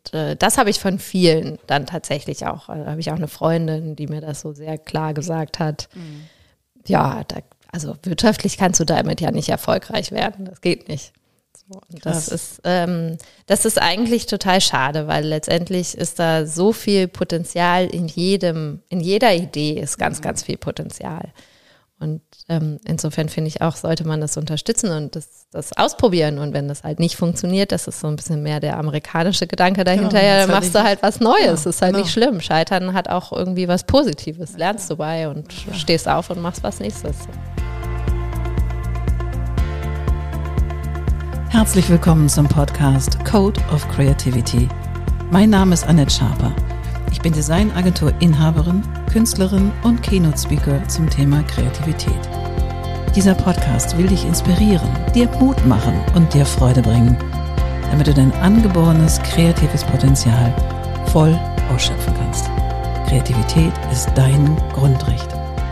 das habe ich von vielen dann tatsächlich auch. Da habe ich auch eine Freundin, die mir das so sehr klar gesagt hat. Ja, also wirtschaftlich kannst du damit ja nicht erfolgreich werden. Das geht nicht. So, und das ist eigentlich total schade, weil letztendlich ist da so viel Potenzial in jeder Idee ist ganz, ganz viel Potenzial. Und insofern finde ich auch, sollte man das unterstützen und das ausprobieren. Und wenn das halt nicht funktioniert, das ist so ein bisschen mehr der amerikanische Gedanke dahinter, ja, dann machst du halt was Neues. Ist halt nicht schlimm. Scheitern hat auch irgendwie was Positives. Lernst du bei und stehst auf und machst was Nächstes. Herzlich willkommen zum Podcast Code of Creativity. Mein Name ist Annette Schaper. Ich bin Designagentur-Inhaberin, Künstlerin und Keynote-Speaker zum Thema Kreativität. Dieser Podcast will dich inspirieren, dir Mut machen und dir Freude bringen, damit du dein angeborenes kreatives Potenzial voll ausschöpfen kannst. Kreativität ist dein Grundrecht.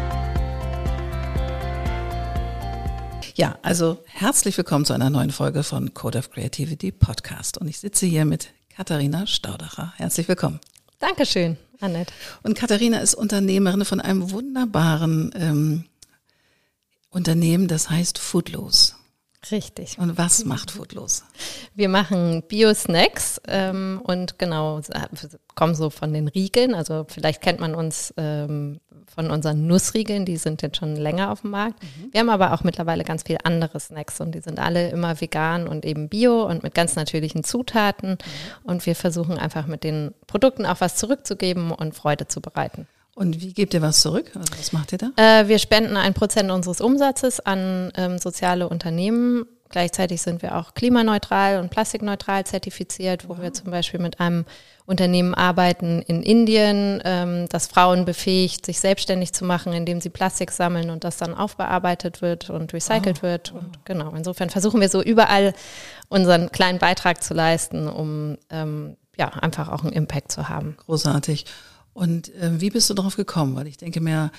Ja, also herzlich willkommen zu einer neuen Folge von Code of Creativity Podcast. Und ich sitze hier mit Katharina Staudacher. Herzlich willkommen. Dankeschön, Annette. Und Katharina ist Unternehmerin von einem wunderbaren Unternehmen, das heißt Foodloose. Richtig. Und was macht Foodloose? Wir machen Bio-Snacks und genau, kommen so von den Riegeln. Also vielleicht kennt man uns von unseren Nussriegeln, die sind jetzt schon länger auf dem Markt. Wir haben aber auch mittlerweile ganz viele andere Snacks und die sind alle immer vegan und eben bio und mit ganz natürlichen Zutaten. Und wir versuchen einfach mit den Produkten auch was zurückzugeben und Freude zu bereiten. Und wie gebt ihr was zurück? Also was macht ihr da? Wir spenden 1% unseres Umsatzes an soziale Unternehmen. Gleichzeitig sind wir auch klimaneutral und plastikneutral zertifiziert, wo wir zum Beispiel mit einem Unternehmen arbeiten in Indien, das Frauen befähigt, sich selbstständig zu machen, indem sie Plastik sammeln und das dann aufbearbeitet wird und recycelt wird. Und genau, insofern versuchen wir so überall unseren kleinen Beitrag zu leisten, um einfach auch einen Impact zu haben. Großartig. Und wie bist du darauf gekommen? Weil ich denke mir,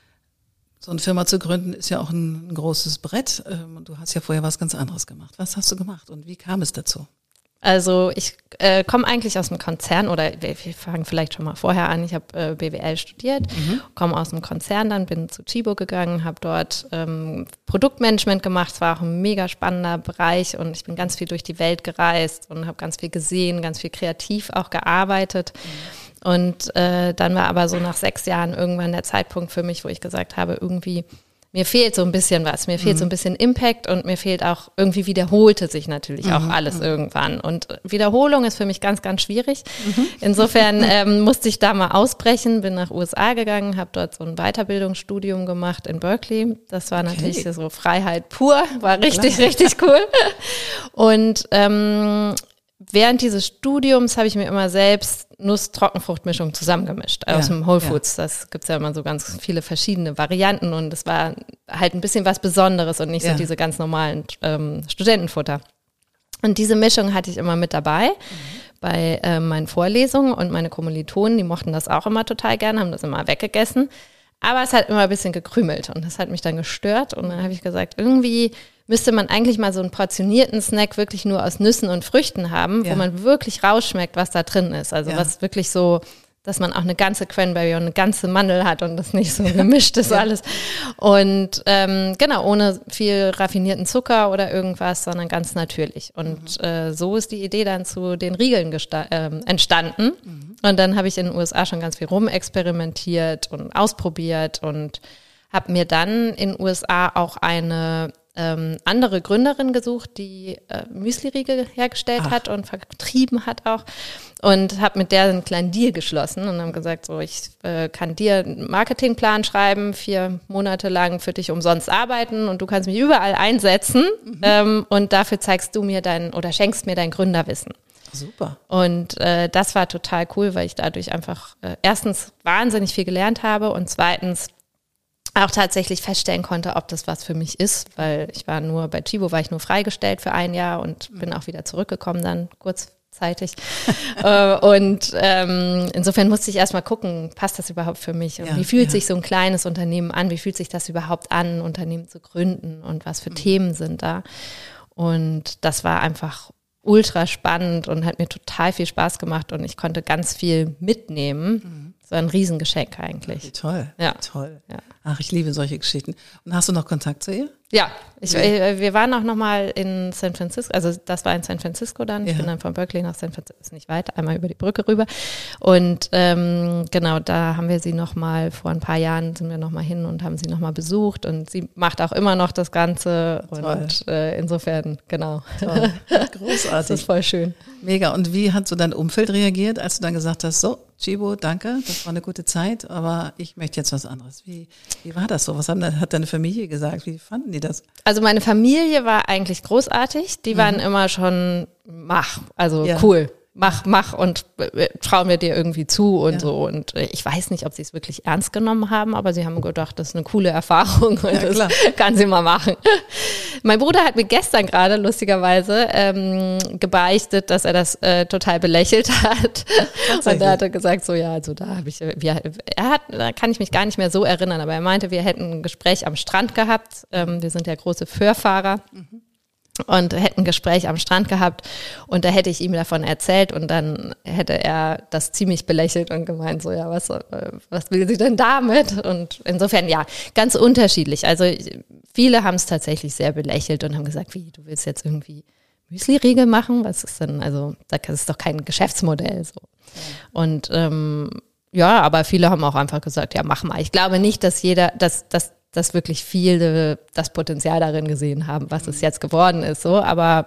so eine Firma zu gründen ist ja auch ein großes Brett. Und du hast ja vorher was ganz anderes gemacht. Was hast du gemacht und wie kam es dazu? Also ich komme eigentlich aus dem Konzern oder wir fangen vielleicht schon mal vorher an. Ich habe BWL studiert, komme aus dem Konzern, dann bin zu Tchibo gegangen, habe dort Produktmanagement gemacht. Es war auch ein mega spannender Bereich und ich bin ganz viel durch die Welt gereist und habe ganz viel gesehen, ganz viel kreativ auch gearbeitet. Und dann war aber so nach 6 Jahren irgendwann der Zeitpunkt für mich, wo ich gesagt habe, irgendwie, mir fehlt so ein bisschen was, mir fehlt so ein bisschen Impact und mir fehlt auch, irgendwie wiederholte sich natürlich auch alles irgendwann. Und Wiederholung ist für mich ganz, ganz schwierig. Insofern musste ich da mal ausbrechen, bin nach USA gegangen, habe dort so ein Weiterbildungsstudium gemacht in Berkeley. Das war natürlich so Freiheit pur, war richtig, richtig cool. Und während dieses Studiums habe ich mir immer selbst Nuss-Trockenfruchtmischung zusammengemischt aus dem Whole Foods. Das gibt's ja immer so ganz viele verschiedene Varianten und es war halt ein bisschen was Besonderes und nicht so diese ganz normalen Studentenfutter. Und diese Mischung hatte ich immer mit dabei bei meinen Vorlesungen und meine Kommilitonen, die mochten das auch immer total gerne, haben das immer weggegessen. Aber es hat immer ein bisschen gekrümelt und das hat mich dann gestört und dann habe ich gesagt, irgendwie müsste man eigentlich mal so einen portionierten Snack wirklich nur aus Nüssen und Früchten haben, wo man wirklich rausschmeckt, was da drin ist. Also was wirklich so, dass man auch eine ganze Cranberry und eine ganze Mandel hat und das nicht so gemischt ist alles. Und genau, ohne viel raffinierten Zucker oder irgendwas, sondern ganz natürlich. Und so ist die Idee dann zu den Riegeln entstanden. Und dann habe ich in den USA schon ganz viel rumexperimentiert und ausprobiert und habe mir dann in den USA auch eine andere Gründerin gesucht, die Müsli-Riegel hergestellt hat und vertrieben hat auch und habe mit der einen kleinen Deal geschlossen und haben gesagt, so ich kann dir einen Marketingplan schreiben, 4 Monate lang für dich umsonst arbeiten und du kannst mich überall einsetzen und dafür zeigst du mir schenkst mir dein Gründerwissen. Super. Und das war total cool, weil ich dadurch einfach erstens wahnsinnig viel gelernt habe und zweitens auch tatsächlich feststellen konnte, ob das was für mich ist, weil bei Tchibo war ich nur freigestellt für 1 Jahr und bin auch wieder zurückgekommen dann kurzzeitig. Und insofern musste ich erstmal gucken, passt das überhaupt für mich? Und wie fühlt sich so ein kleines Unternehmen an? Wie fühlt sich das überhaupt an, ein Unternehmen zu gründen? Und was für Themen sind da? Und das war einfach ultra spannend und hat mir total viel Spaß gemacht und ich konnte ganz viel mitnehmen. So ein Riesengeschenk eigentlich. Toll, toll. Ja. Ach, ich liebe solche Geschichten. Und hast du noch Kontakt zu ihr? Ja, wir waren auch nochmal in San Francisco, also das war in San Francisco dann, ich bin dann von Berkeley nach San Francisco, ist nicht weit, einmal über die Brücke rüber und genau, da haben wir sie nochmal, vor ein paar Jahren sind wir nochmal hin und haben sie nochmal besucht und sie macht auch immer noch das Ganze und insofern, genau. Toll. Großartig. Das ist voll schön. Mega. Und wie hat so dein Umfeld reagiert, als du dann gesagt hast, so, Chibo, danke, das war eine gute Zeit, aber ich möchte jetzt was anderes. Wie war das so? Was hat deine Familie gesagt? Wie fanden die das? Also meine Familie war eigentlich großartig. Die waren immer schon, cool. Mach und trauen wir dir irgendwie zu und so. Und ich weiß nicht, ob sie es wirklich ernst genommen haben, aber sie haben gedacht, das ist eine coole Erfahrung und das kann sie mal machen. Mein Bruder hat mir gestern gerade lustigerweise gebeichtet, dass er das total belächelt hat. Und er hatte gesagt, so da kann ich mich gar nicht mehr so erinnern, aber er meinte, wir hätten ein Gespräch am Strand gehabt. Wir sind ja große Fährfahrer. Und hätten ein Gespräch am Strand gehabt und da hätte ich ihm davon erzählt und dann hätte er das ziemlich belächelt und gemeint, so was will sie denn damit? Und insofern ganz unterschiedlich. Also viele haben es tatsächlich sehr belächelt und haben gesagt, wie, du willst jetzt irgendwie Müsli-Riegel machen? Was ist denn, also das ist doch kein Geschäftsmodell so. Und aber viele haben auch einfach gesagt, ja, mach mal. Ich glaube nicht, dass dass wirklich viele das Potenzial darin gesehen haben, was es jetzt geworden ist, so, aber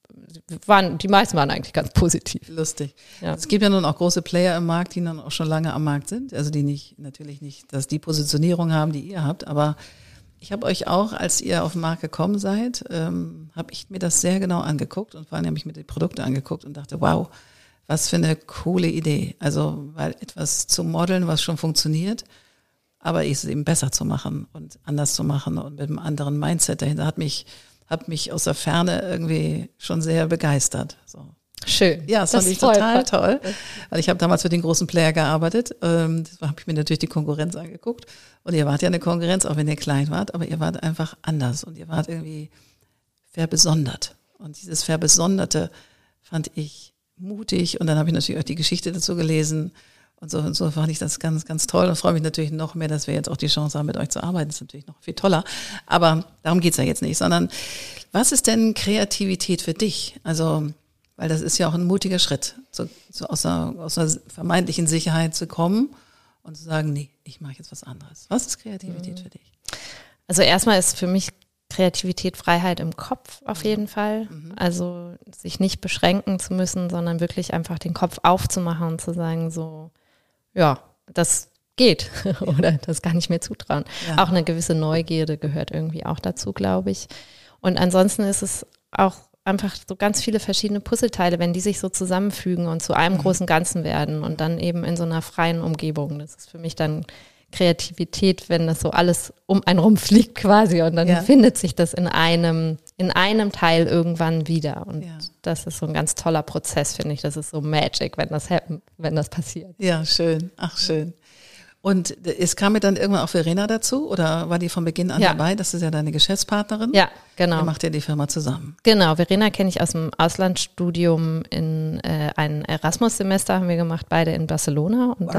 die meisten waren eigentlich ganz positiv. Lustig. Ja. Es gibt ja nun auch große Player im Markt, die dann auch schon lange am Markt sind, also die natürlich nicht, dass die Positionierung haben, die ihr habt, aber ich habe euch auch, als ihr auf den Markt gekommen seid, habe ich mir das sehr genau angeguckt und vor allem habe ich mir die Produkte angeguckt und dachte, wow, was für eine coole Idee. Also, weil etwas zu modeln, was schon funktioniert, aber es eben besser zu machen und anders zu machen und mit einem anderen Mindset dahinter hat mich aus der Ferne irgendwie schon sehr begeistert. So. Schön. Ja, das fand ich total toll, weil ich habe damals für den großen Player gearbeitet. Das habe ich mir natürlich die Konkurrenz angeguckt und ihr wart ja eine Konkurrenz, auch wenn ihr klein wart, aber ihr wart einfach anders und ihr wart irgendwie verbesondert. Und dieses Verbesonderte fand ich mutig und dann habe ich natürlich auch die Geschichte dazu gelesen. Und so fand ich das ganz, ganz toll und freue mich natürlich noch mehr, dass wir jetzt auch die Chance haben, mit euch zu arbeiten. Das ist natürlich noch viel toller. Aber darum geht's ja jetzt nicht, sondern was ist denn Kreativität für dich? Also, weil das ist ja auch ein mutiger Schritt, so aus einer vermeintlichen Sicherheit zu kommen und zu sagen, nee, ich mache jetzt was anderes. Was ist Kreativität für dich? Also erstmal ist für mich Kreativität Freiheit im Kopf auf jeden Fall. Also sich nicht beschränken zu müssen, sondern wirklich einfach den Kopf aufzumachen und zu sagen so, ja, das geht oder das kann ich mir zutrauen. Ja. Auch eine gewisse Neugierde gehört irgendwie auch dazu, glaube ich. Und ansonsten ist es auch einfach so ganz viele verschiedene Puzzleteile, wenn die sich so zusammenfügen und zu einem großen Ganzen werden und dann eben in so einer freien Umgebung. Das ist für mich dann Kreativität, wenn das so alles um einen rumfliegt quasi und dann findet sich das in einem Teil irgendwann wieder und das ist so ein ganz toller Prozess, finde ich. Das ist so Magic, wenn das passiert. Ja, schön. Ach, schön. Und es kam mir dann irgendwann auch Verena dazu oder war die von Beginn an dabei? Das ist ja deine Geschäftspartnerin. Ja, genau. Ihr macht ja die Firma zusammen. Genau, Verena kenne ich aus dem Auslandsstudium in ein Erasmus-Semester haben wir gemacht, beide in Barcelona. Und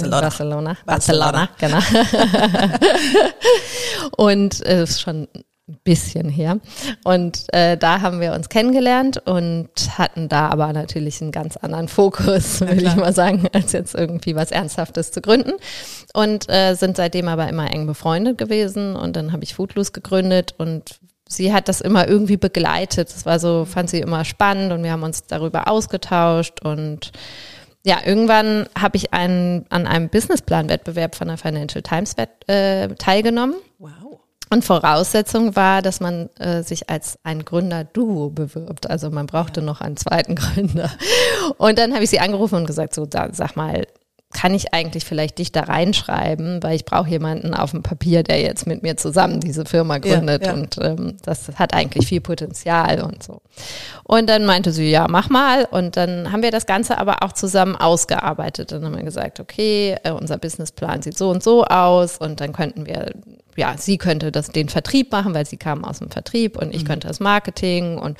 Barcelona, genau. Und es ist schon ein bisschen her. Und da haben wir uns kennengelernt und hatten da aber natürlich einen ganz anderen Fokus, will ich mal sagen, als jetzt irgendwie was Ernsthaftes zu gründen. Und sind seitdem aber immer eng befreundet gewesen. Und dann habe ich Foodloose gegründet und sie hat das immer irgendwie begleitet. Das war so, fand sie immer spannend und wir haben uns darüber ausgetauscht und ja, irgendwann habe ich an einem Businessplan-Wettbewerb von der Financial Times teilgenommen. Wow. Und Voraussetzung war, dass man sich als ein Gründer-Duo bewirbt. Also man brauchte noch einen zweiten Gründer. Und dann habe ich sie angerufen und gesagt, so, sag mal, kann ich eigentlich vielleicht dich da reinschreiben, weil ich brauche jemanden auf dem Papier, der jetzt mit mir zusammen diese Firma gründet und das hat eigentlich viel Potenzial und so. Und dann meinte sie, ja, mach mal und dann haben wir das Ganze aber auch zusammen ausgearbeitet. Dann haben wir gesagt, okay, unser Businessplan sieht so und so aus und dann könnten wir, sie könnte den Vertrieb machen, weil sie kam aus dem Vertrieb und ich könnte das Marketing und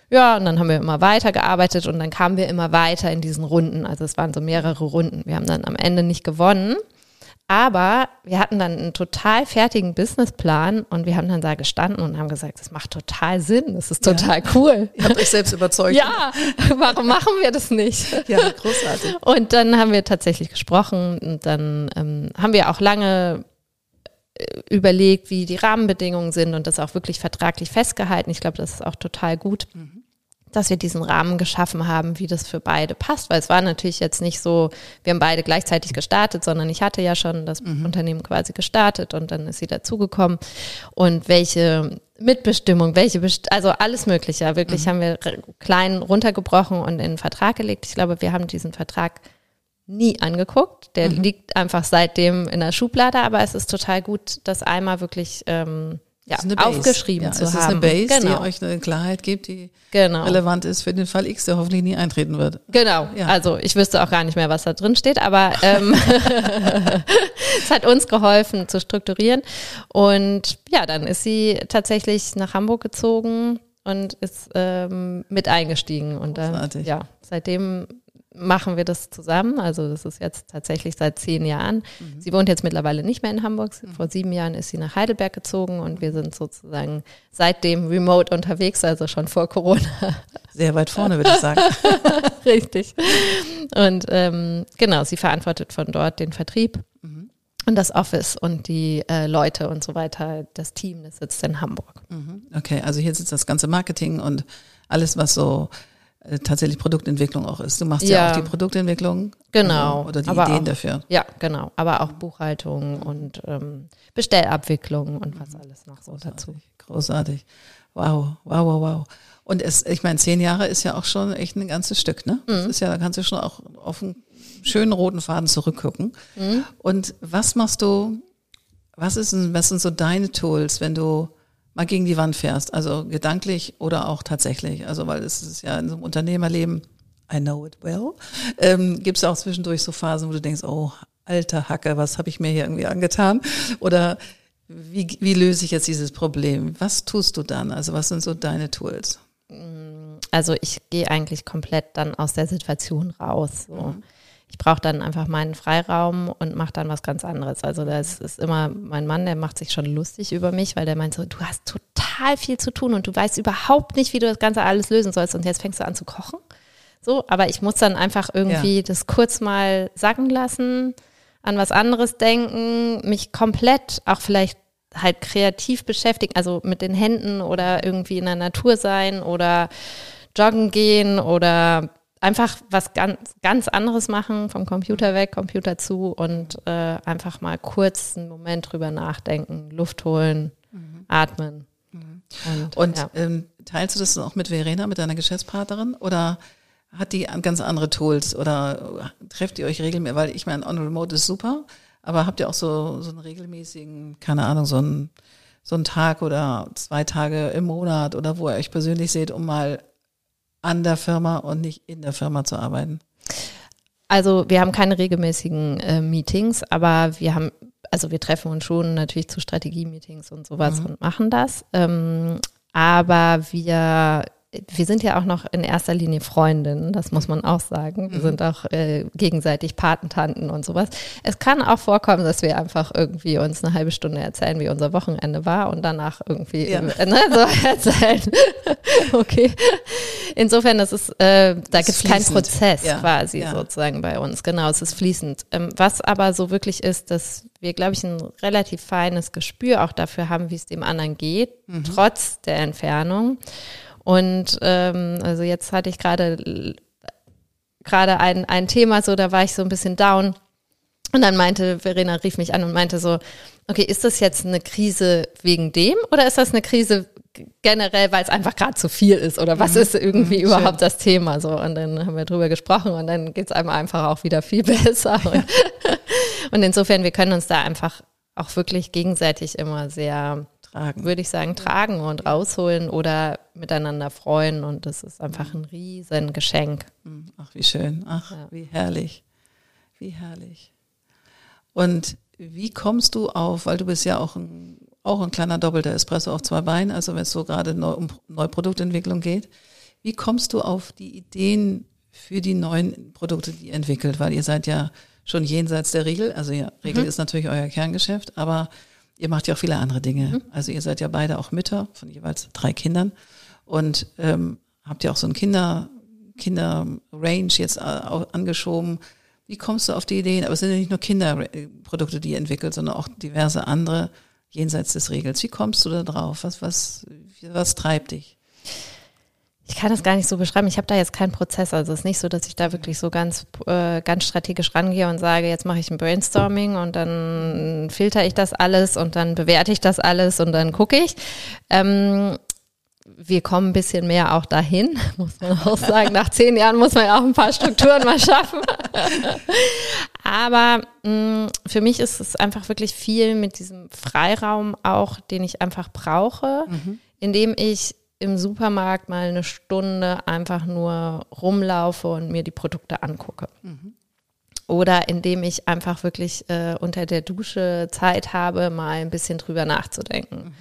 Ja, und dann haben wir immer weitergearbeitet und dann kamen wir immer weiter in diesen Runden. Also es waren so mehrere Runden. Wir haben dann am Ende nicht gewonnen, aber wir hatten dann einen total fertigen Businessplan und wir haben dann da gestanden und haben gesagt, das macht total Sinn, das ist total cool. Ihr habt euch selbst überzeugt. Ja, warum machen wir das nicht? Ja, großartig. Und dann haben wir tatsächlich gesprochen und dann haben wir auch lange überlegt, wie die Rahmenbedingungen sind und das auch wirklich vertraglich festgehalten. Ich glaube, das ist auch total gut, dass wir diesen Rahmen geschaffen haben, wie das für beide passt, weil es war natürlich jetzt nicht so, wir haben beide gleichzeitig gestartet, sondern ich hatte ja schon das Unternehmen quasi gestartet und dann ist sie dazugekommen und welche Mitbestimmung, also alles Mögliche, wirklich haben wir klein runtergebrochen und in den Vertrag gelegt. Ich glaube, wir haben diesen Vertrag nie angeguckt, der liegt einfach seitdem in der Schublade, aber es ist total gut, das einmal wirklich aufgeschrieben zu haben. Es ist eine Base, genau. die euch eine Klarheit gibt, die relevant ist für den Fall X, der hoffentlich nie eintreten wird. Genau, also ich wüsste auch gar nicht mehr, was da drin steht, aber es hat uns geholfen zu strukturieren und ja, dann ist sie tatsächlich nach Hamburg gezogen und ist mit eingestiegen und seitdem machen wir das zusammen, also das ist jetzt tatsächlich seit 10 Jahren. Sie wohnt jetzt mittlerweile nicht mehr in Hamburg, vor 7 Jahren ist sie nach Heidelberg gezogen und wir sind sozusagen seitdem remote unterwegs, also schon vor Corona. Sehr weit vorne, würde ich sagen. Richtig. Und genau, sie verantwortet von dort den Vertrieb und das Office und die Leute und so weiter. Das Team, das sitzt in Hamburg. Okay, also hier sitzt das ganze Marketing und alles, was so tatsächlich Produktentwicklung auch ist. Du machst ja auch die Produktentwicklung. Genau. Oder die aber Ideen auch, dafür. Ja, genau. Aber auch Buchhaltung und Bestellabwicklung und was alles noch so dazu. Großartig. Wow. Und ich meine, 10 Jahre ist ja auch schon echt ein ganzes Stück, ne? Das ist ja, da kannst du schon auch auf einen schönen roten Faden zurückgucken. Und was machst du, was sind so deine Tools, wenn du mal gegen die Wand fährst, also gedanklich oder auch tatsächlich, also weil es ist ja in so einem Unternehmerleben, I know it well, gibt es auch zwischendurch so Phasen, wo du denkst, oh, alter Hacke, was habe ich mir hier irgendwie angetan? Oder wie löse ich jetzt dieses Problem? Was tust du dann? Also was sind so deine Tools? Also ich gehe eigentlich komplett dann aus der Situation raus, so. Ich brauche dann einfach meinen Freiraum und mache dann was ganz anderes. Also das ist immer mein Mann, der macht sich schon lustig über mich, weil der meint so, du hast total viel zu tun und du weißt überhaupt nicht, wie du das Ganze alles lösen sollst und jetzt fängst du an zu kochen. So, aber ich muss dann einfach irgendwie das kurz mal sacken lassen, an was anderes denken, mich komplett auch vielleicht halt kreativ beschäftigen, also mit den Händen oder irgendwie in der Natur sein oder joggen gehen oder einfach was ganz anderes machen, vom Computer weg, Computer zu und einfach mal kurz einen Moment drüber nachdenken, Luft holen, atmen. Und teilst du das auch mit Verena, mit deiner Geschäftspartnerin oder hat die ganz andere Tools oder trefft ihr euch regelmäßig, weil ich meine, on remote ist super, aber habt ihr auch so einen regelmäßigen, keine Ahnung, so einen Tag oder 2 Tage im Monat oder wo ihr euch persönlich seht, um mal an der Firma und nicht in der Firma zu arbeiten? Also wir haben keine regelmäßigen Meetings, aber wir treffen uns schon natürlich zu Strategie-Meetings und sowas und machen das. Aber wir sind ja auch noch in erster Linie Freundinnen, das muss man auch sagen. Wir sind auch gegenseitig Patentanten und sowas. Es kann auch vorkommen, dass wir einfach irgendwie uns eine halbe Stunde erzählen, wie unser Wochenende war und danach irgendwie so erzählen. Okay. Insofern, das ist, da gibt es keinen Prozess quasi sozusagen bei uns. Genau, es ist fließend. Was aber so wirklich ist, dass wir, glaube ich, ein relativ feines Gespür auch dafür haben, wie es dem anderen geht, trotz der Entfernung. Und also jetzt hatte ich gerade ein Thema, so da war ich so ein bisschen down und dann Verena rief mich an und meinte so, okay, ist das jetzt eine Krise wegen dem oder ist das eine Krise generell, weil es einfach gerade zu viel ist oder was ist irgendwie überhaupt das Thema so? Und dann haben wir drüber gesprochen und dann geht es einem einfach auch wieder viel besser und insofern, wir können uns da einfach auch wirklich gegenseitig immer sehr würde ich sagen, tragen und rausholen oder miteinander freuen und das ist einfach ein riesen Geschenk. Ach, wie schön. Ach, wie herrlich. Wie herrlich. Und wie kommst du auf, weil du bist ja auch ein kleiner doppelter Espresso auf 2 Beinen, also wenn es so gerade um neue Produktentwicklung geht, Wie kommst du auf die Ideen für die neuen Produkte, die ihr entwickelt? Weil ihr seid ja schon jenseits der Riegel. Also ja, Riegel ist natürlich euer Kerngeschäft, aber ihr macht ja auch viele andere Dinge. Also ihr seid ja beide auch Mütter von jeweils 3 Kindern und habt ja auch so ein Kinder-Range jetzt angeschoben. Wie kommst du auf die Ideen? Aber es sind ja nicht nur Kinderprodukte, die ihr entwickelt, sondern auch diverse andere jenseits des Riegels. Wie kommst du da drauf? Was treibt dich? Ich kann das gar nicht so beschreiben. Ich habe da jetzt keinen Prozess. Also es ist nicht so, dass ich da wirklich so ganz strategisch rangehe und sage, jetzt mache ich ein Brainstorming und dann filter ich das alles und dann bewerte ich das alles und dann gucke ich. Wir kommen ein bisschen mehr auch dahin, muss man auch sagen. Nach 10 Jahren muss man ja auch ein paar Strukturen mal schaffen. Aber für mich ist es einfach wirklich viel mit diesem Freiraum auch, den ich einfach brauche, indem ich im Supermarkt mal eine Stunde einfach nur rumlaufe und mir die Produkte angucke. Oder indem ich einfach wirklich unter der Dusche Zeit habe, mal ein bisschen drüber nachzudenken.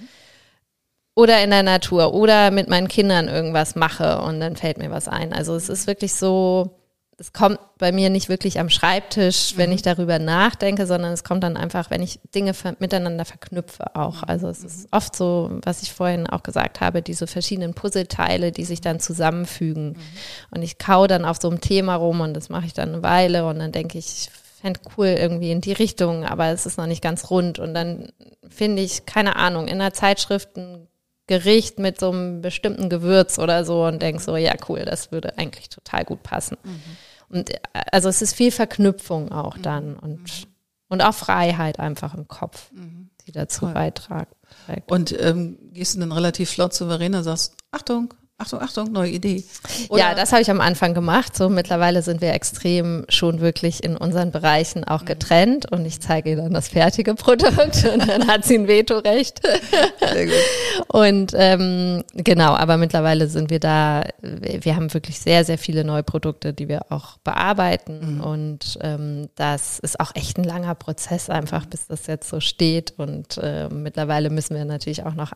Oder in der Natur oder mit meinen Kindern irgendwas mache und dann fällt mir was ein. Also es ist wirklich so, es kommt bei mir nicht wirklich am Schreibtisch, wenn ich darüber nachdenke, sondern es kommt dann einfach, wenn ich Dinge miteinander verknüpfe auch. Also es ist oft so, was ich vorhin auch gesagt habe, diese verschiedenen Puzzleteile, die sich dann zusammenfügen. Und ich kaue dann auf so einem Thema rum und das mache ich dann eine Weile und dann denke ich fände cool irgendwie in die Richtung, aber es ist noch nicht ganz rund. Und dann finde ich, keine Ahnung, in einer Zeitschrift ein Gericht mit so einem bestimmten Gewürz oder so und denke so, ja cool, das würde eigentlich total gut passen. Und also es ist viel Verknüpfung auch dann und auch Freiheit einfach im Kopf, die dazu beiträgt. Und gehst du dann relativ flott souverän und sagst, Achtung, neue Idee. Oder? Ja, das habe ich am Anfang gemacht. So mittlerweile sind wir extrem schon wirklich in unseren Bereichen auch getrennt und ich zeige ihr dann das fertige Produkt und dann hat sie ein Vetorecht. Sehr gut. Und genau, aber mittlerweile sind wir da, wir haben wirklich sehr, sehr viele neue Produkte, die wir auch bearbeiten und das ist auch echt ein langer Prozess einfach, bis das jetzt so steht und mittlerweile müssen wir natürlich auch noch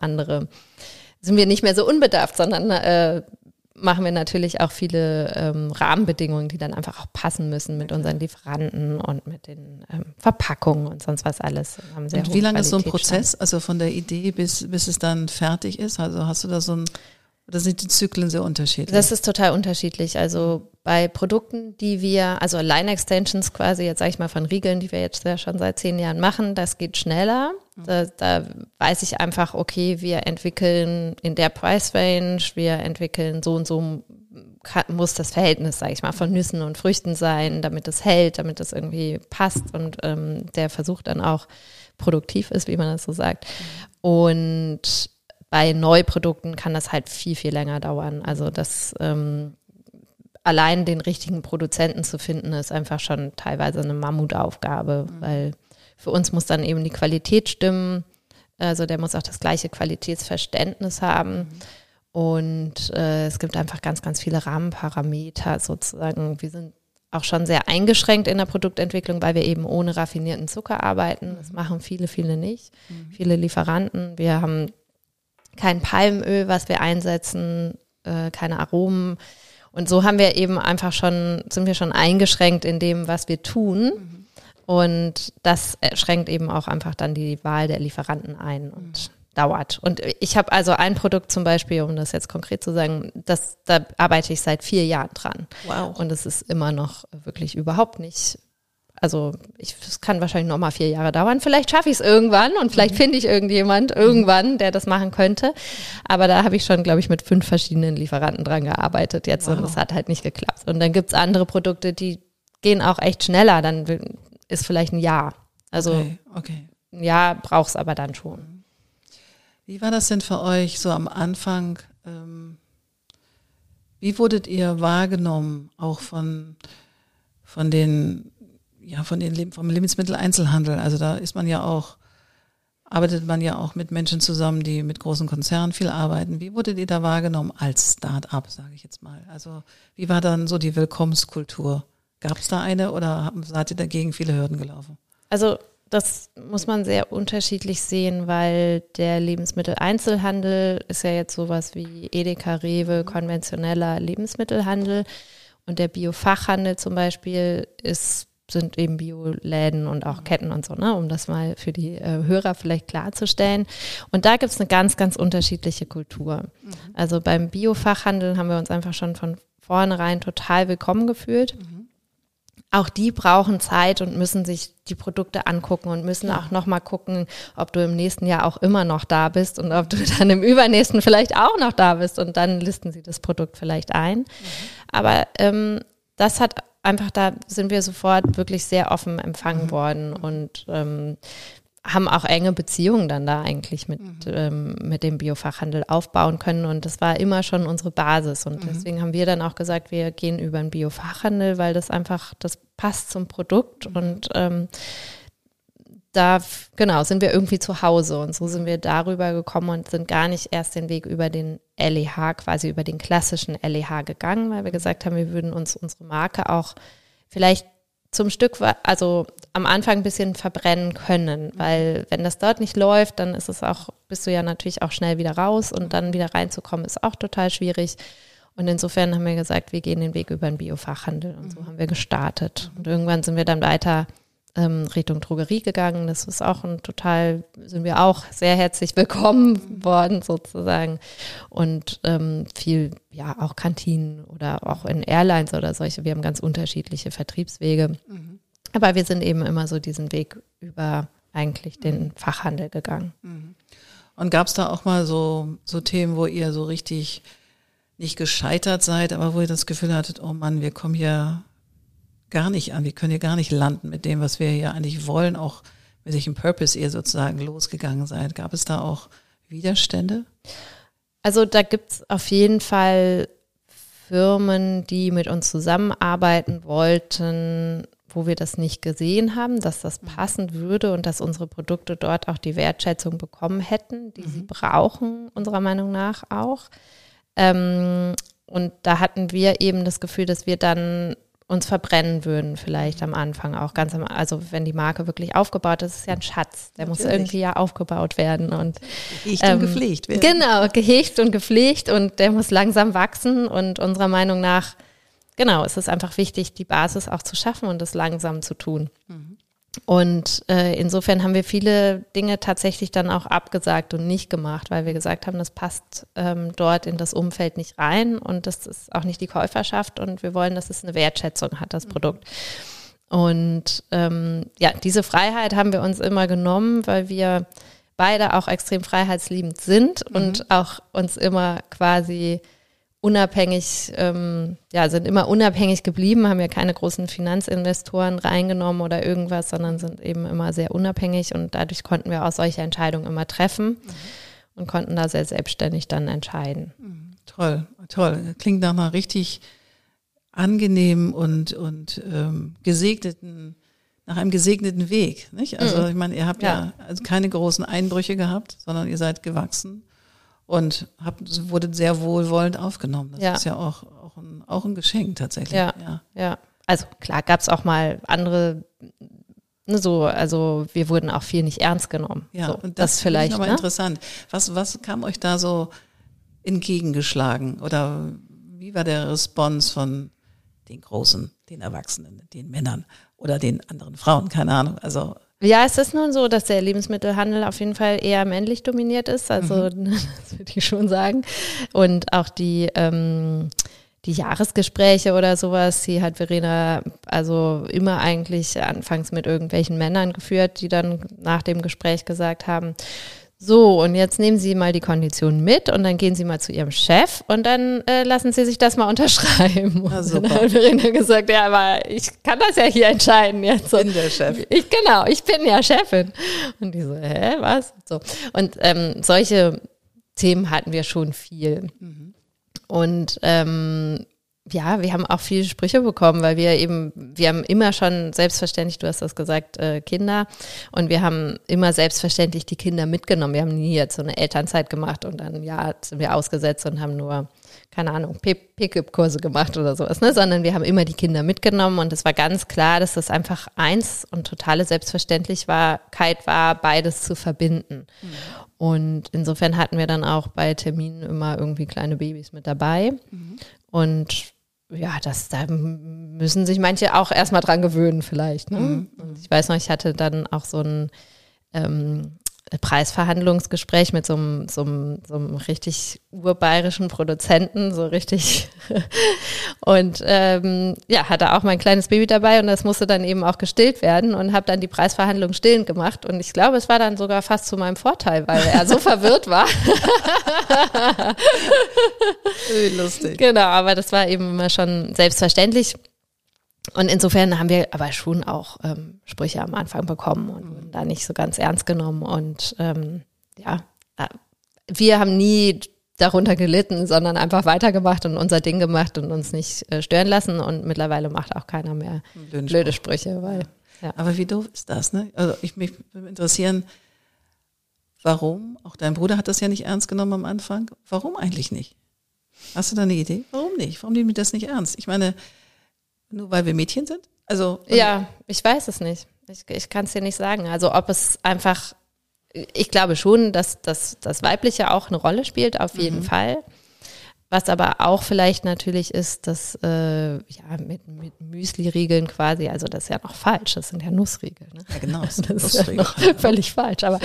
sind wir nicht mehr so unbedarft, sondern machen wir natürlich auch viele Rahmenbedingungen, die dann einfach auch passen müssen mit unseren Lieferanten und mit den Verpackungen und sonst was alles. Und wie lange ist so ein Prozess, also von der Idee bis es dann fertig ist? Also hast du da oder sind die Zyklen sehr unterschiedlich? Das ist total unterschiedlich. Also bei Produkten, die wir, also Line-Extensions quasi, jetzt sage ich mal von Riegeln, die wir jetzt ja schon seit 10 Jahren machen, das geht schneller. Da weiß ich einfach, okay, wir entwickeln in der Price-Range, wir entwickeln so und so muss das Verhältnis, sage ich mal, von Nüssen und Früchten sein, damit es hält, damit es irgendwie passt und der Versuch dann auch produktiv ist, wie man das so sagt. Und bei Neuprodukten kann das halt viel, viel länger dauern. Also das allein den richtigen Produzenten zu finden, ist einfach schon teilweise eine Mammutaufgabe, weil für uns muss dann eben die Qualität stimmen. Also der muss auch das gleiche Qualitätsverständnis haben. Und es gibt einfach ganz, ganz viele Rahmenparameter sozusagen. Wir sind auch schon sehr eingeschränkt in der Produktentwicklung, weil wir eben ohne raffinierten Zucker arbeiten. Das machen viele, viele nicht. Viele Lieferanten. Wir haben kein Palmöl, was wir einsetzen, keine Aromen. Und so sind wir schon eingeschränkt in dem, was wir tun. Und das schränkt eben auch einfach dann die Wahl der Lieferanten ein und dauert. Und ich habe also ein Produkt zum Beispiel, um das jetzt konkret zu sagen, da arbeite ich seit 4 Jahren dran. Wow. Und es ist immer noch wirklich überhaupt nicht, also es kann wahrscheinlich noch mal 4 Jahre dauern. Vielleicht schaffe ich es irgendwann und vielleicht finde ich irgendjemand irgendwann, der das machen könnte. Aber da habe ich schon, glaube ich, mit 5 verschiedenen Lieferanten dran gearbeitet jetzt und es hat halt nicht geklappt. Und dann gibt es andere Produkte, die gehen auch echt schneller. Dann ist vielleicht ein Jahr. Also ein Jahr braucht es aber dann schon. Wie war das denn für euch so am Anfang? Wie wurdet ihr wahrgenommen, auch vom Lebensmitteleinzelhandel? Also da arbeitet man ja auch mit Menschen zusammen, die mit großen Konzernen viel arbeiten. Wie wurdet ihr da wahrgenommen als Start-up, sage ich jetzt mal? Also wie war dann so die Willkommenskultur? Gab es da eine oder seid ihr dagegen viele Hürden gelaufen? Also das muss man sehr unterschiedlich sehen, weil der Lebensmitteleinzelhandel ist ja jetzt sowas wie Edeka, Rewe, konventioneller Lebensmittelhandel. Und der Biofachhandel zum Beispiel sind eben Bioläden und auch Ketten und so, ne, um das mal für die Hörer vielleicht klarzustellen. Und da gibt es eine ganz, ganz unterschiedliche Kultur. Also beim Biofachhandel haben wir uns einfach schon von vornherein total willkommen gefühlt. Auch die brauchen Zeit und müssen sich die Produkte angucken und müssen auch nochmal gucken, ob du im nächsten Jahr auch immer noch da bist und ob du dann im übernächsten vielleicht auch noch da bist und dann listen sie das Produkt vielleicht ein. Aber das hat einfach, da sind wir sofort wirklich sehr offen empfangen worden und haben auch enge Beziehungen dann da eigentlich mit dem Biofachhandel aufbauen können und das war immer schon unsere Basis und deswegen haben wir dann auch gesagt, wir gehen über den Biofachhandel, weil das einfach, das passt zum Produkt und da, genau, sind wir irgendwie zu Hause und so sind wir darüber gekommen und sind gar nicht erst den Weg über den LEH, quasi über den klassischen LEH gegangen, weil wir gesagt haben, wir würden uns unsere Marke auch vielleicht zum Stück, also am Anfang ein bisschen verbrennen können, weil wenn das dort nicht läuft, dann bist du ja natürlich auch schnell wieder raus und dann wieder reinzukommen ist auch total schwierig. Und insofern haben wir gesagt, wir gehen den Weg über den Biofachhandel und so haben wir gestartet. Und irgendwann sind wir dann weiter Richtung Drogerie gegangen. Das ist auch sind wir auch sehr herzlich willkommen worden sozusagen. Und viel, ja, auch Kantinen oder auch in Airlines oder solche. Wir haben ganz unterschiedliche Vertriebswege. Aber wir sind eben immer so diesen Weg über eigentlich den Fachhandel gegangen. Und gab es da auch mal so Themen, wo ihr so richtig nicht gescheitert seid, aber wo ihr das Gefühl hattet, oh Mann, wir kommen hier gar nicht an, wir können hier gar nicht landen mit dem, was wir hier eigentlich wollen, auch mit welchem Purpose ihr sozusagen losgegangen seid. Gab es da auch Widerstände? Also da gibt es auf jeden Fall Firmen, die mit uns zusammenarbeiten wollten, wo wir das nicht gesehen haben, dass das passen würde und dass unsere Produkte dort auch die Wertschätzung bekommen hätten, die sie brauchen, unserer Meinung nach auch. Und da hatten wir eben das Gefühl, dass wir dann uns verbrennen würden, vielleicht am Anfang auch also wenn die Marke wirklich aufgebaut ist, ist ja ein Schatz, der muss irgendwie ja aufgebaut werden und gehegt und gepflegt werden. Genau, gehegt und gepflegt und der muss langsam wachsen und unserer Meinung nach, genau, es ist einfach wichtig, die Basis auch zu schaffen und das langsam zu tun. Und insofern haben wir viele Dinge tatsächlich dann auch abgesagt und nicht gemacht, weil wir gesagt haben, das passt dort in das Umfeld nicht rein und das ist auch nicht die Käuferschaft und wir wollen, dass es eine Wertschätzung hat, das Produkt. Und ja, diese Freiheit haben wir uns immer genommen, weil wir beide auch extrem freiheitsliebend sind und auch uns immer quasi unabhängig, sind immer unabhängig geblieben, haben ja keine großen Finanzinvestoren reingenommen oder irgendwas, sondern sind eben immer sehr unabhängig und dadurch konnten wir auch solche Entscheidungen immer treffen und konnten da sehr selbstständig dann entscheiden. Toll. Klingt nach einer richtig angenehmen und nach einem gesegneten Weg, nicht? Also ich meine, ihr habt ja also keine großen Einbrüche gehabt, sondern ihr seid gewachsen. Und wurde sehr wohlwollend aufgenommen. Das ist ja auch ein Geschenk tatsächlich. Ja. Also klar gab es auch mal andere, also wir wurden auch viel nicht ernst genommen. Ja, so, und das vielleicht. Aber interessant. Was kam euch da so entgegengeschlagen? Oder wie war der Response von den Großen, den Erwachsenen, den Männern oder den anderen Frauen? Keine Ahnung. Also ja, es ist nun so, dass der Lebensmittelhandel auf jeden Fall eher männlich dominiert ist, also das würde ich schon sagen. Und auch die Jahresgespräche oder sowas, die hat Verena also immer eigentlich anfangs mit irgendwelchen Männern geführt, die dann nach dem Gespräch gesagt haben, so, und jetzt nehmen Sie mal die Konditionen mit und dann gehen Sie mal zu Ihrem Chef und dann lassen Sie sich das mal unterschreiben. Und dann hat Verena gesagt, ja, aber ich kann das ja hier entscheiden jetzt. Ich bin der Chef. Ich bin ja Chefin. Und die so, was? So. Und solche Themen hatten wir schon viel. Und wir haben auch viele Sprüche bekommen, weil wir haben immer schon selbstverständlich, du hast das gesagt, Kinder und wir haben immer selbstverständlich die Kinder mitgenommen. Wir haben nie jetzt so eine Elternzeit gemacht und dann sind wir ausgesetzt und haben nur keine Ahnung, Pick-up-Kurse gemacht oder sowas, ne? Sondern wir haben immer die Kinder mitgenommen und es war ganz klar, dass das einfach eins und totale Selbstverständlichkeit war, beides zu verbinden. Mhm. Und insofern hatten wir dann auch bei Terminen immer irgendwie kleine Babys mit dabei. Mhm. Und ja, da müssen sich manche auch erstmal dran gewöhnen vielleicht. Ne? Mhm. Und ich weiß noch, ich hatte dann auch so ein Preisverhandlungsgespräch mit so einem richtig urbayerischen Produzenten, so richtig. Und hatte auch mein kleines Baby dabei und das musste dann eben auch gestillt werden und habe dann die Preisverhandlung stillend gemacht. Und ich glaube, es war dann sogar fast zu meinem Vorteil, weil er so verwirrt war. Wie lustig. Genau, aber das war eben immer schon selbstverständlich. Und insofern haben wir aber schon auch Sprüche am Anfang bekommen und wurden da nicht so ganz ernst genommen. Und wir haben nie darunter gelitten, sondern einfach weitergemacht und unser Ding gemacht und uns nicht stören lassen. Und mittlerweile macht auch keiner mehr blöde Sprüche. Weil, ja. Aber wie doof ist das, ne? Also mich würde interessieren, warum? Auch dein Bruder hat das ja nicht ernst genommen am Anfang. Warum eigentlich nicht? Hast du da eine Idee? Warum nicht? Warum nehmen die das nicht ernst? Ich meine, nur weil wir Mädchen sind? Also ja, ich weiß es nicht. Ich kann es dir nicht sagen. Also ob es einfach, ich glaube schon, dass das Weibliche auch eine Rolle spielt, auf jeden Fall. Was aber auch vielleicht natürlich ist, dass mit Müsli-Riegeln quasi, also das ist ja noch falsch, das sind ja Nussriegel. Ne? Ja genau, das ist ja noch völlig falsch. Aber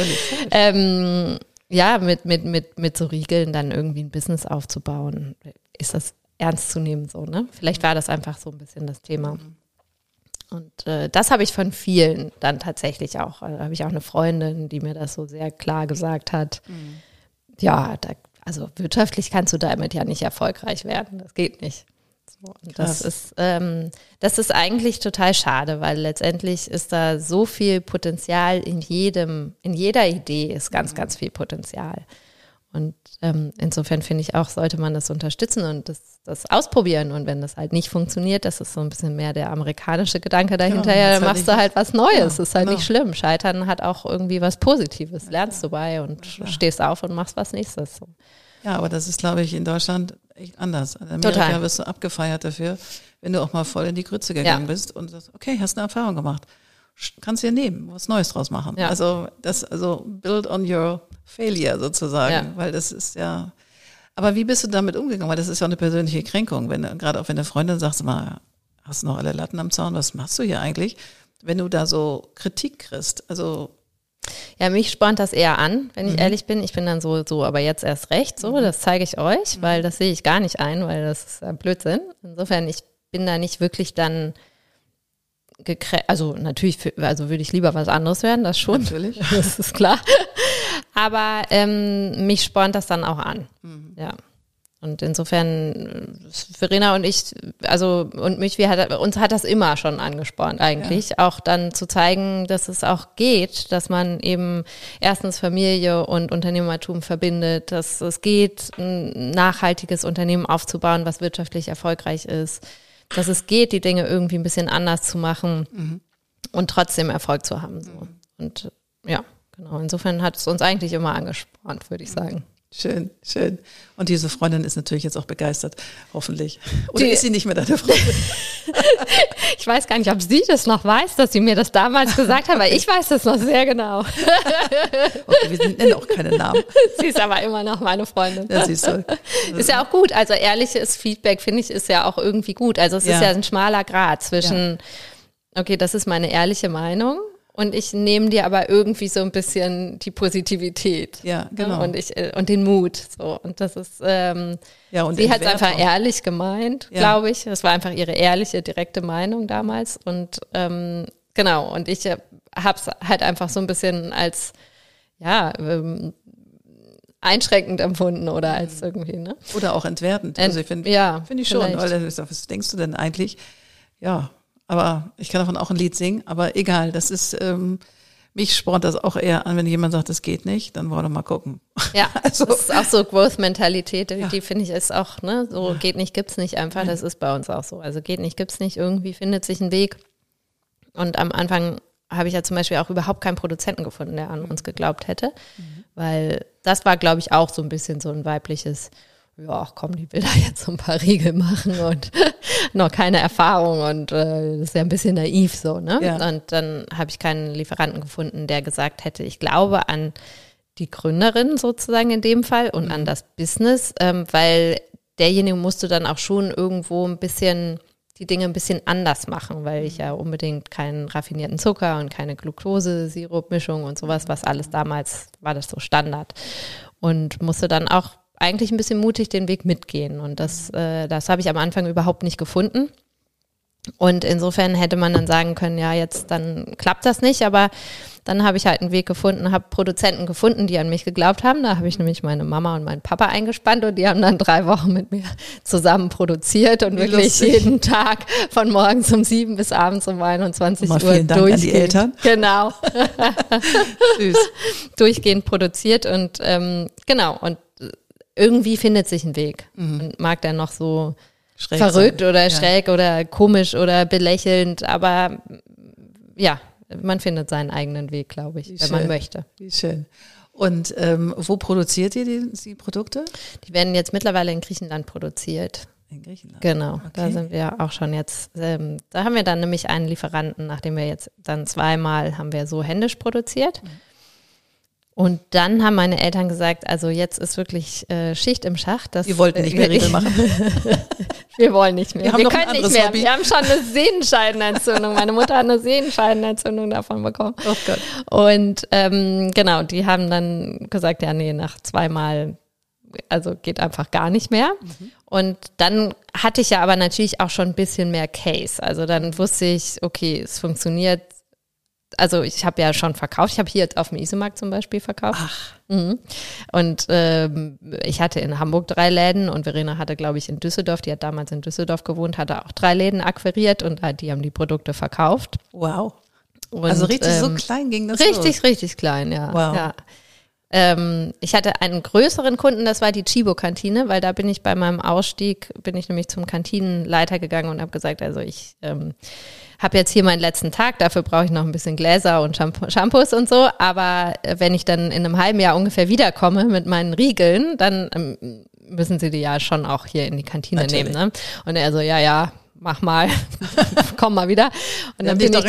mit so Riegeln dann irgendwie ein Business aufzubauen, ist das ernst zu nehmen, so, ne? Vielleicht war das einfach so ein bisschen das Thema. Und das habe ich von vielen dann tatsächlich auch. Da habe ich auch eine Freundin, die mir das so sehr klar gesagt hat. Mhm. Ja, also wirtschaftlich kannst du damit ja nicht erfolgreich werden. Das geht nicht. So, und das ist eigentlich total schade, weil letztendlich ist da so viel Potenzial in jeder Idee ist ganz, ganz viel Potenzial. Und insofern finde ich auch, sollte man das unterstützen und das ausprobieren. Und wenn das halt nicht funktioniert, das ist so ein bisschen mehr der amerikanische Gedanke dahinter, dann machst du halt was Neues. Ist halt nicht schlimm. Scheitern hat auch irgendwie was Positives. Lernst du bei und stehst auf und machst was Nächstes. So. Ja, aber das ist, glaube ich, in Deutschland echt anders. In Amerika wirst du abgefeiert dafür, wenn du auch mal voll in die Grütze gegangen bist und sagst, okay, hast eine Erfahrung gemacht. Kannst du dir nehmen, was Neues draus machen. Ja. Also build on your failure sozusagen, weil das ist ja, aber wie bist du damit umgegangen? Weil das ist ja auch eine persönliche Kränkung, gerade auch wenn eine Freundin sagt, mal, hast du noch alle Latten am Zaun, was machst du hier eigentlich? Wenn du da so Kritik kriegst, also. Ja, mich spornt das eher an, wenn ich ehrlich bin. Ich bin dann so, aber jetzt erst recht so, das zeige ich euch, weil das sehe ich gar nicht ein, weil das ist Blödsinn. Insofern, ich bin da nicht wirklich dann also natürlich, würde ich lieber was anderes werden, das schon. Natürlich. Das ist klar. Aber mich spornt das dann auch an. Ja. Und insofern, Verena und ich, uns hat das immer schon angespornt eigentlich, auch dann zu zeigen, dass es auch geht, dass man eben erstens Familie und Unternehmertum verbindet, dass es geht, ein nachhaltiges Unternehmen aufzubauen, was wirtschaftlich erfolgreich ist, dass es geht, die Dinge irgendwie ein bisschen anders zu machen und trotzdem Erfolg zu haben. So. Und ja, genau. Insofern hat es uns eigentlich immer angespornt, würde ich sagen. Schön, schön. Und diese Freundin ist natürlich jetzt auch begeistert, hoffentlich. Oder ist sie nicht mehr deine Freundin? Ich weiß gar nicht, ob sie das noch weiß, dass sie mir das damals gesagt hat, weil ich weiß das noch sehr genau. Okay, wir nennen auch keine Namen. Sie ist aber immer noch meine Freundin. Ja, siehst du. Ist ja auch gut. Also ehrliches Feedback, finde ich, ist ja auch irgendwie gut. Also es ist ja ein schmaler Grat zwischen, okay, das ist meine ehrliche Meinung. Und ich nehme dir aber irgendwie so ein bisschen die Positivität. Ja, genau. Und den Mut. So. Und das ist, sie hat es einfach ehrlich gemeint, glaube ich. Das war einfach ihre ehrliche, direkte Meinung damals. Und genau, und ich habe es halt einfach so ein bisschen als, einschränkend empfunden oder als irgendwie, ne? Oder auch entwertend. Also ich finde ich schon. Weil, was denkst du denn eigentlich? Ja, aber ich kann davon auch ein Lied singen, aber egal, das ist, mich spornt das auch eher an, wenn jemand sagt, das geht nicht, dann wollen wir mal gucken. Ja, also, das ist auch so Growth-Mentalität, die finde ich ist auch, ne, so geht nicht, gibt's nicht einfach, das ist bei uns auch so. Also geht nicht, gibt's nicht, irgendwie findet sich ein Weg. Und am Anfang habe ich ja zum Beispiel auch überhaupt keinen Produzenten gefunden, der an uns geglaubt hätte, weil das war, glaube ich, auch so ein bisschen so ein weibliches ja, komm, die will da jetzt so ein paar Riegel machen und noch keine Erfahrung und das ist ja ein bisschen naiv so, ne? Ja. Und dann habe ich keinen Lieferanten gefunden, der gesagt hätte, ich glaube an die Gründerin sozusagen in dem Fall und an das Business, weil derjenige musste dann auch schon irgendwo ein bisschen die Dinge ein bisschen anders machen, weil ich ja unbedingt keinen raffinierten Zucker und keine Glucose-Sirup-Mischung und sowas, was alles damals war das so Standard und musste dann auch eigentlich ein bisschen mutig den Weg mitgehen und das habe ich am Anfang überhaupt nicht gefunden und insofern hätte man dann sagen können, ja jetzt dann klappt das nicht, aber dann habe ich halt einen Weg gefunden, habe Produzenten gefunden, die an mich geglaubt haben. Da habe ich nämlich meine Mama und meinen Papa eingespannt und die haben dann 3 Wochen mit mir zusammen produziert und wirklich jeden Tag von morgens um 7 bis abends um 21 Uhr vielen Dank an die Eltern. Genau. Süß. Durchgehend produziert und genau. Und irgendwie findet sich ein Weg. Und mag der noch so schräg verrückt sein. Oder schräg oder komisch oder belächelnd, aber ja, man findet seinen eigenen Weg, glaube ich, wenn man möchte. Wie schön. Und wo produziert ihr die Produkte? Die werden jetzt mittlerweile in Griechenland produziert. In Griechenland? Genau, okay. Da sind wir auch schon jetzt. Da haben wir dann nämlich einen Lieferanten, nachdem wir jetzt dann 2-mal haben wir so händisch produziert. Und dann haben meine Eltern gesagt, also jetzt ist wirklich Schicht im Schacht. Wir wollten nicht mehr Riegel machen. Wir wollen nicht mehr. Wir können nicht mehr. Hobby. Wir haben schon eine Sehenscheidenentzündung. Meine Mutter hat eine Sehenscheidenentzündung davon bekommen. Oh Gott. Und genau, die haben dann gesagt, ja nee, nach 2-mal, also geht einfach gar nicht mehr. Und dann hatte ich ja aber natürlich auch schon ein bisschen mehr Case. Also dann wusste ich, okay, es funktioniert. Also ich habe ja schon verkauft. Ich habe hier jetzt auf dem Isemarkt zum Beispiel verkauft. Ach. Und ich hatte in Hamburg 3 Läden und Verena hatte, glaube ich, in Düsseldorf, die hat damals in Düsseldorf gewohnt, hatte auch 3 Läden akquiriert und die haben die Produkte verkauft. Wow. Und, also richtig so klein ging das richtig, los? Richtig klein, ja. Wow. Ja. Ich hatte einen größeren Kunden, das war die Chibo-Kantine, weil da bin ich bei meinem Ausstieg, bin ich nämlich zum Kantinenleiter gegangen und habe gesagt, also ich habe jetzt hier meinen letzten Tag, dafür brauche ich noch ein bisschen Gläser und Shampoos und so, aber wenn ich dann in einem halben Jahr ungefähr wiederkomme mit meinen Riegeln, dann müssen sie die ja schon auch hier in die Kantine Natürlich. nehmen. Ne? Und er so, ja, mach mal, komm mal wieder. Und dann bin ich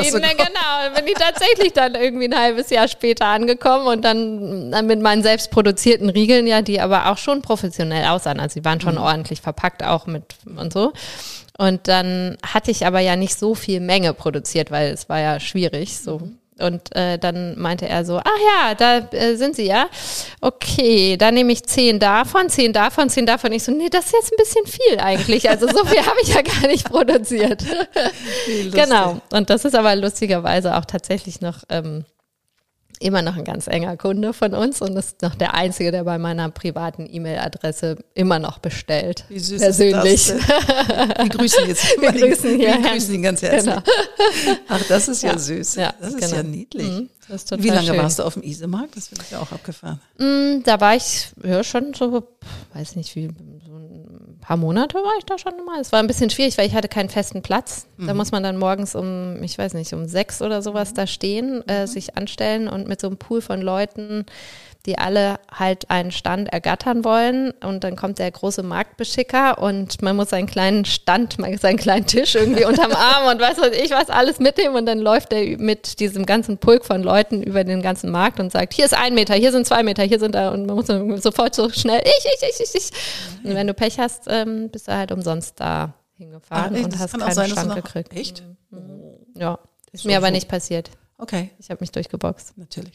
tatsächlich dann irgendwie ein halbes Jahr später angekommen und dann mit meinen selbst produzierten Riegeln, ja, die aber auch schon professionell aussahen. Also sie waren schon ordentlich verpackt auch mit und so. Und dann hatte ich aber ja nicht so viel Menge produziert, weil es war ja schwierig so. Und dann meinte er so, ach ja, da sind sie ja. Okay, dann nehme ich 10 davon, 10 davon, 10 davon. Ich so, nee, das ist jetzt ein bisschen viel eigentlich. Also so viel habe ich ja gar nicht produziert. Genau. Und das ist aber lustigerweise auch tatsächlich noch immer noch ein ganz enger Kunde von uns und ist noch der Einzige, der bei meiner privaten E-Mail-Adresse immer noch bestellt. Wie süß persönlich. ist das denn? Wir grüßen jetzt wir grüßen ihn ganz herzlich. Genau. Ach, das ist ja süß. Ja, das ist ja niedlich. Das ist total Wie lange schön. warst du auf dem Isemarkt? Das finde ich ja auch abgefahren. Da war ich schon so, weiß nicht wie, so ein paar Monate war ich da schon mal. Es war ein bisschen schwierig, weil ich hatte keinen festen Platz. Da muss man dann morgens um 6 oder sowas da stehen, sich anstellen und mit so einem Pool von Leuten, die alle halt einen Stand ergattern wollen und dann kommt der große Marktbeschicker und man muss seinen kleinen Stand, seinen kleinen Tisch irgendwie unterm Arm und was alles mitnehmen und dann läuft er mit diesem ganzen Pulk von Leuten über den ganzen Markt und sagt, hier ist 1 Meter, hier sind 2 Meter, hier sind da und man muss dann sofort so schnell, ich. Und wenn du Pech hast, bist du halt umsonst da hingefahren und hast keinen Stand gekriegt. Echt? Ja, ist mir aber nicht passiert. Okay. Ich habe mich durchgeboxt. Natürlich.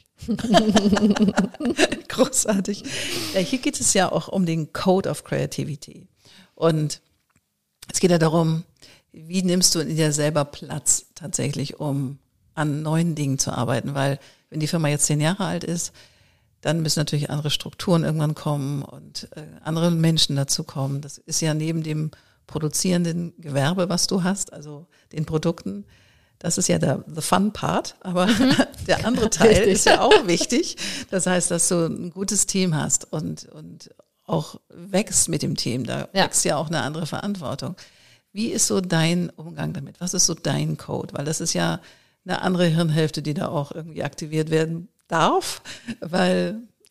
Großartig. Ja, hier geht es ja auch um den Code of Creativity. Und es geht ja darum, wie nimmst du in dir selber Platz tatsächlich, um an neuen Dingen zu arbeiten? Weil wenn die Firma jetzt 10 Jahre alt ist, dann müssen natürlich andere Strukturen irgendwann kommen und andere Menschen dazu kommen. Das ist ja neben dem produzierenden Gewerbe, was du hast, also den Produkten, das ist ja the fun part, aber der andere Teil ist ja auch wichtig. Das heißt, dass du ein gutes Team hast und auch wächst mit dem Team. Da wächst ja auch eine andere Verantwortung. Wie ist so dein Umgang damit? Was ist so dein Code? Weil das ist ja eine andere Hirnhälfte, die da auch irgendwie aktiviert werden darf, weil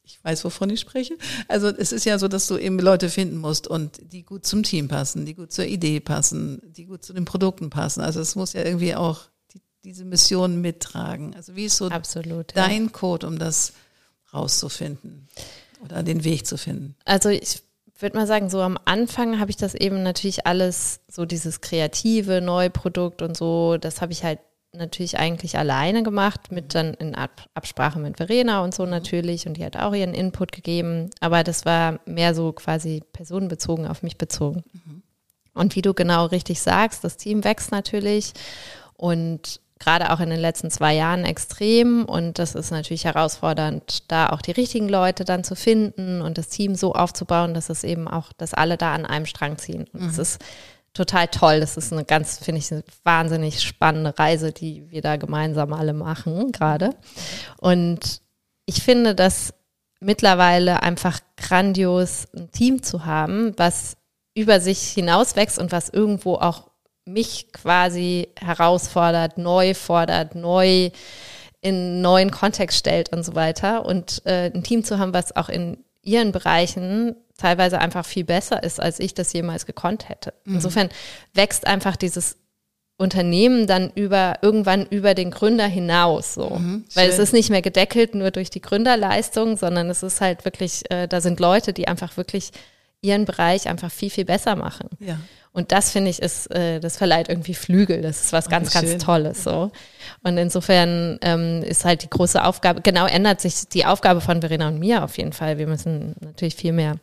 ich weiß, wovon ich spreche. Also es ist ja so, dass du eben Leute finden musst und die gut zum Team passen, die gut zur Idee passen, die gut zu den Produkten passen. Also es muss ja irgendwie auch diese Mission mittragen. Also wie ist so dein Code, um das rauszufinden oder den Weg zu finden? Also ich würde mal sagen, so am Anfang habe ich das eben natürlich alles, so dieses kreative Neuprodukt und so, das habe ich halt natürlich eigentlich alleine gemacht, mit dann in Absprache mit Verena und so natürlich, und die hat auch ihren Input gegeben, aber das war mehr so quasi personenbezogen, auf mich bezogen. Und wie du genau richtig sagst, das Team wächst natürlich und gerade auch in den letzten 2 Jahren extrem, und das ist natürlich herausfordernd, da auch die richtigen Leute dann zu finden und das Team so aufzubauen, dass es eben auch, dass alle da an einem Strang ziehen. Und das ist total toll. Das ist eine finde ich, eine wahnsinnig spannende Reise, die wir da gemeinsam alle machen gerade. Und ich finde das mittlerweile einfach grandios, ein Team zu haben, was über sich hinauswächst und was irgendwo auch mich quasi herausfordert, neu fordert, neu in einen neuen Kontext stellt und so weiter. Und ein Team zu haben, was auch in ihren Bereichen teilweise einfach viel besser ist, als ich das jemals gekonnt hätte. Insofern wächst einfach dieses Unternehmen dann irgendwann über den Gründer hinaus, so. Weil es ist nicht mehr gedeckelt nur durch die Gründerleistung, sondern es ist halt wirklich, da sind Leute, die einfach wirklich ihren Bereich einfach viel, viel besser machen. Ja. Und das, finde ich, das verleiht irgendwie Flügel. Das ist was ganz, ganz Tolles, so. Und insofern ist halt die große Aufgabe, genau, ändert sich die Aufgabe von Verena und mir auf jeden Fall. Wir müssen natürlich viel mehr,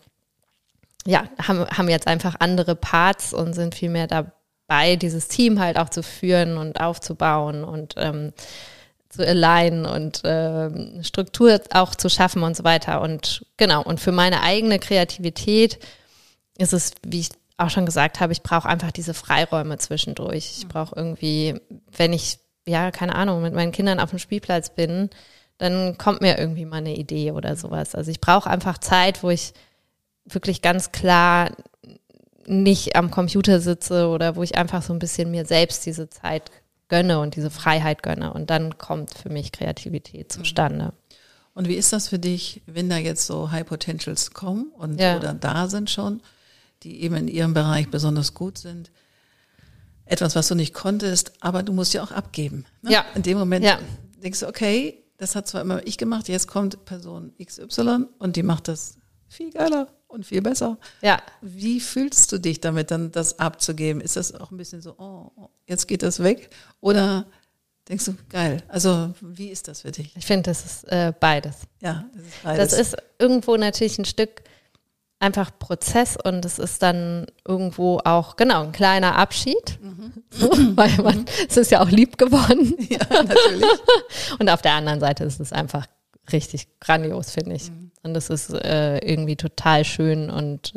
haben jetzt einfach andere Parts und sind viel mehr dabei, dieses Team halt auch zu führen und aufzubauen und zu alignen und Struktur auch zu schaffen und so weiter. Und genau, und für meine eigene Kreativität ist es, wie ich auch schon gesagt habe, ich brauche einfach diese Freiräume zwischendurch. Ich brauche irgendwie, wenn ich, keine Ahnung, mit meinen Kindern auf dem Spielplatz bin, dann kommt mir irgendwie mal eine Idee oder sowas. Also ich brauche einfach Zeit, wo ich wirklich ganz klar nicht am Computer sitze oder wo ich einfach so ein bisschen mir selbst diese Zeit gönne und diese Freiheit gönne. Und dann kommt für mich Kreativität zustande. Und wie ist das für dich, wenn da jetzt so High Potentials kommen und oder da sind schon, die eben in ihrem Bereich besonders gut sind? Etwas, was du nicht konntest, aber du musst ja auch abgeben. Ne? Ja. In dem Moment denkst du, okay, das hat zwar immer ich gemacht, jetzt kommt Person XY und die macht das viel geiler und viel besser. Ja. Wie fühlst du dich damit, dann das abzugeben? Ist das auch ein bisschen so, oh, jetzt geht das weg? Oder denkst du, geil, also wie ist das für dich? Ich finde, das ist beides. Ja, das ist beides. Das ist irgendwo natürlich ein Stück einfach Prozess und es ist dann irgendwo auch, genau, ein kleiner Abschied, weil es ist ja auch lieb geworden. Ja, natürlich. Und auf der anderen Seite ist es einfach richtig grandios, finde ich. Und das ist irgendwie total schön und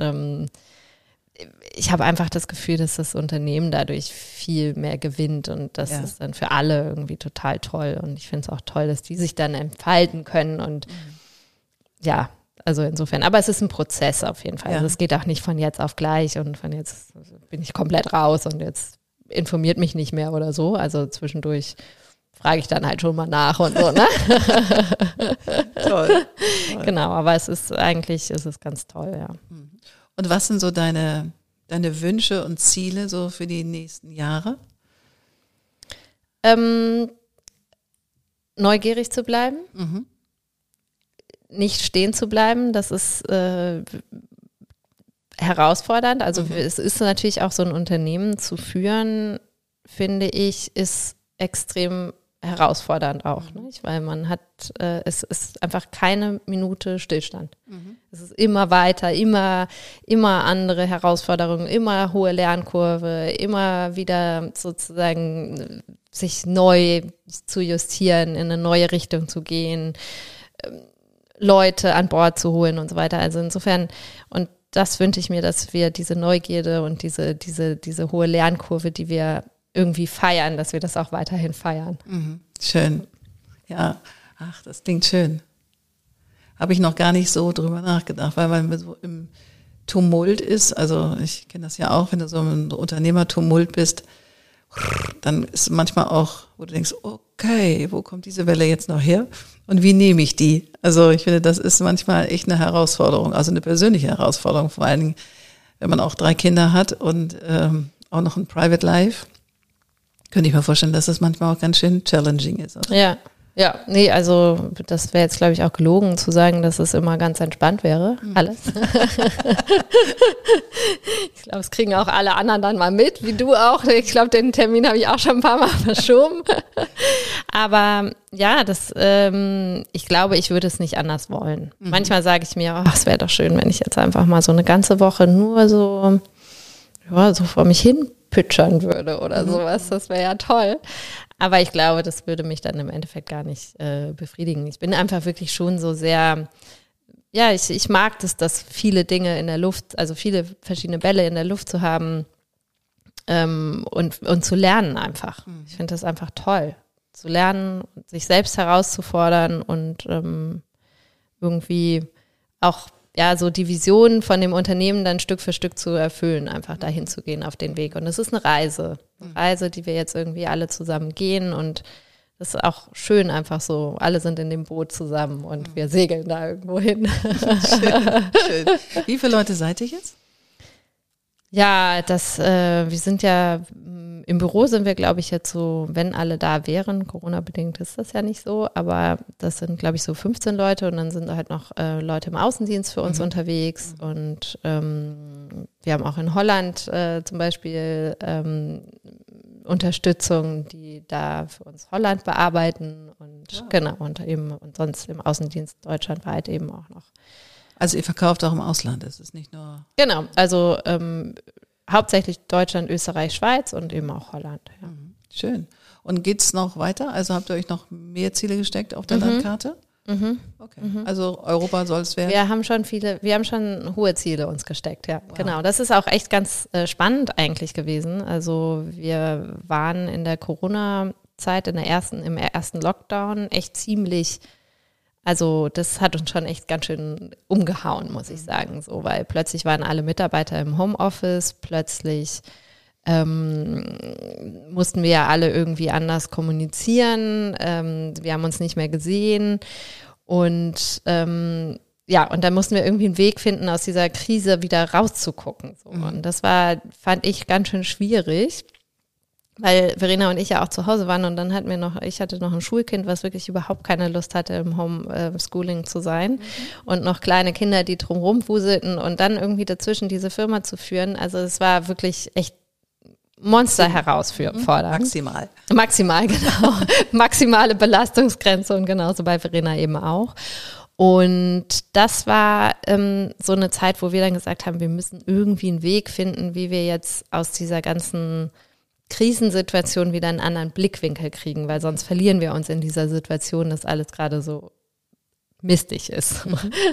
ich habe einfach das Gefühl, dass das Unternehmen dadurch viel mehr gewinnt und das ist dann für alle irgendwie total toll und ich finde es auch toll, dass die sich dann entfalten können und also insofern, aber es ist ein Prozess auf jeden Fall. Ja. Also es geht auch nicht von jetzt auf gleich und von jetzt bin ich komplett raus und jetzt informiert mich nicht mehr oder so. Also zwischendurch frage ich dann halt schon mal nach und so, ne? Toll. Genau, aber es ist ganz toll, ja. Und was sind so deine Wünsche und Ziele so für die nächsten Jahre? Neugierig zu bleiben. Nicht stehen zu bleiben, das ist herausfordernd. Also es ist natürlich auch so ein Unternehmen zu führen, finde ich, ist extrem herausfordernd auch, nicht? Weil man hat, es ist einfach keine Minute Stillstand. Es ist immer weiter, immer andere Herausforderungen, immer hohe Lernkurve, immer wieder sozusagen sich neu zu justieren, in eine neue Richtung zu gehen, Leute an Bord zu holen und so weiter. Also insofern, und das wünsche ich mir, dass wir diese Neugierde und diese hohe Lernkurve, die wir irgendwie feiern, dass wir das auch weiterhin feiern. Schön. Ja, ach, das klingt schön. Habe ich noch gar nicht so drüber nachgedacht, weil man so im Tumult ist. Also ich kenne das ja auch, wenn du so im Unternehmertumult bist, dann ist manchmal auch, wo du denkst, oh okay, wo kommt diese Welle jetzt noch her und wie nehme ich die? Also ich finde, das ist manchmal echt eine Herausforderung, also eine persönliche Herausforderung, vor allen Dingen, wenn man auch 3 Kinder hat und auch noch ein Private Life, könnte ich mir vorstellen, dass das manchmal auch ganz schön challenging ist. Oder? Ja, nee, also das wäre jetzt, glaube ich, auch gelogen zu sagen, dass es immer ganz entspannt wäre, alles. Ich glaube, es kriegen auch alle anderen dann mal mit, wie du auch. Ich glaube, den Termin habe ich auch schon ein paar Mal verschoben. Aber ja, ich glaube, ich würde es nicht anders wollen. Manchmal sage ich mir, es wäre doch schön, wenn ich jetzt einfach mal so eine ganze Woche nur so vor mich hin pütschern würde oder sowas. Das wäre ja toll. Aber ich glaube, das würde mich dann im Endeffekt gar nicht befriedigen. Ich bin einfach wirklich schon so sehr, ja, ich mag das, dass viele Dinge in der Luft, also viele verschiedene Bälle in der Luft zu haben und zu lernen einfach. Ich finde das einfach toll, zu lernen, sich selbst herauszufordern und irgendwie auch so die Vision von dem Unternehmen dann Stück für Stück zu erfüllen, einfach dahin zu gehen auf den Weg. Und es ist eine Reise, die wir jetzt irgendwie alle zusammen gehen und das ist auch schön einfach so, alle sind in dem Boot zusammen und wir segeln da irgendwo hin. Schön. Wie viele Leute seid ihr jetzt? Ja, wir sind ja, im Büro sind wir, glaube ich, jetzt so, wenn alle da wären, Corona-bedingt ist das ja nicht so, aber das sind, glaube ich, so 15 Leute und dann sind halt noch Leute im Außendienst für uns unterwegs und wir haben auch in Holland zum Beispiel Unterstützung, die da für uns Holland bearbeiten und genau, und sonst im Außendienst deutschlandweit eben auch noch. Also ihr verkauft auch im Ausland, es ist nicht nur... Genau, also hauptsächlich Deutschland, Österreich, Schweiz und eben auch Holland. Ja. Schön. Und geht's noch weiter? Also habt ihr euch noch mehr Ziele gesteckt auf der Landkarte? Okay. Also Europa soll es werden? Wir haben schon hohe Ziele uns gesteckt, ja. Wow. Genau. Das ist auch echt ganz spannend eigentlich gewesen. Also wir waren in der Corona-Zeit, im ersten Lockdown echt ziemlich. Also das hat uns schon echt ganz schön umgehauen, muss ich sagen, so, weil plötzlich waren alle Mitarbeiter im Homeoffice, plötzlich mussten wir ja alle irgendwie anders kommunizieren, wir haben uns nicht mehr gesehen und und dann mussten wir irgendwie einen Weg finden, aus dieser Krise wieder rauszugucken. So. Und das fand ich ganz schön schwierig. Weil Verena und ich ja auch zu Hause waren und dann ich hatte noch ein Schulkind, was wirklich überhaupt keine Lust hatte, im Homeschooling zu sein und noch kleine Kinder, die drumherum wuselten und dann irgendwie dazwischen diese Firma zu führen. Also es war wirklich echt Monster-herausfordernd. Maximal, genau. Maximale Belastungsgrenze und genauso bei Verena eben auch. Und das war so eine Zeit, wo wir dann gesagt haben, wir müssen irgendwie einen Weg finden, wie wir jetzt aus dieser ganzen Krisensituation wieder einen anderen Blickwinkel kriegen, weil sonst verlieren wir uns in dieser Situation, dass alles gerade so mistig ist.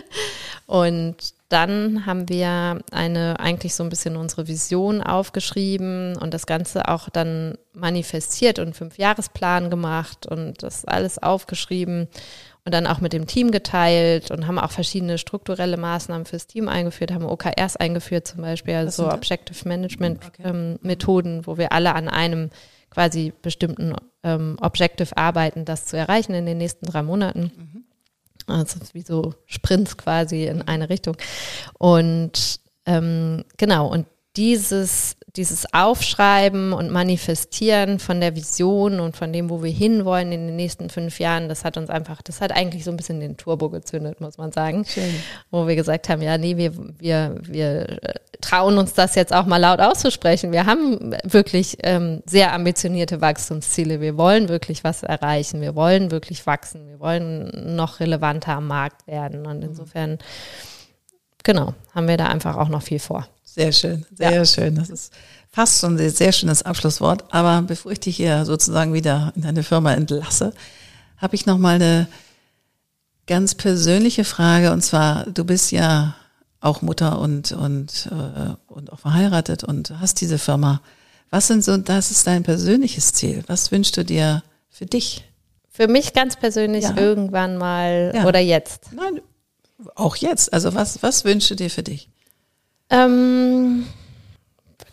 Und dann haben wir eigentlich so ein bisschen unsere Vision aufgeschrieben und das Ganze auch dann manifestiert und 5-Jahresplan gemacht und das alles aufgeschrieben und dann auch mit dem Team geteilt und haben auch verschiedene strukturelle Maßnahmen fürs Team eingeführt, haben OKRs eingeführt zum Beispiel, also so Objective Management Methoden, wo wir alle an einem quasi bestimmten Objective arbeiten, das zu erreichen in den nächsten 3 Monaten. Also wie so Sprints quasi in eine Richtung. Und genau, und dieses Aufschreiben und Manifestieren von der Vision und von dem, wo wir hinwollen in den nächsten 5 Jahren, das hat eigentlich so ein bisschen den Turbo gezündet, muss man sagen. Schön. Wo wir gesagt haben, ja, nee, wir trauen uns das jetzt auch mal laut auszusprechen. Wir haben wirklich sehr ambitionierte Wachstumsziele. Wir wollen wirklich was erreichen. Wir wollen wirklich wachsen. Wir wollen noch relevanter am Markt werden. Und insofern, genau, haben wir da einfach auch noch viel vor. Sehr schön, sehr schön. Das ist fast schon ein sehr schönes Abschlusswort. Aber bevor ich dich hier sozusagen wieder in deine Firma entlasse, habe ich noch mal eine ganz persönliche Frage. Und zwar, du bist ja auch Mutter und auch verheiratet und hast diese Firma. Das ist dein persönliches Ziel. Was wünschst du dir für dich? Für mich ganz persönlich irgendwann mal oder jetzt? Nein, auch jetzt. Also was wünschst du dir für dich?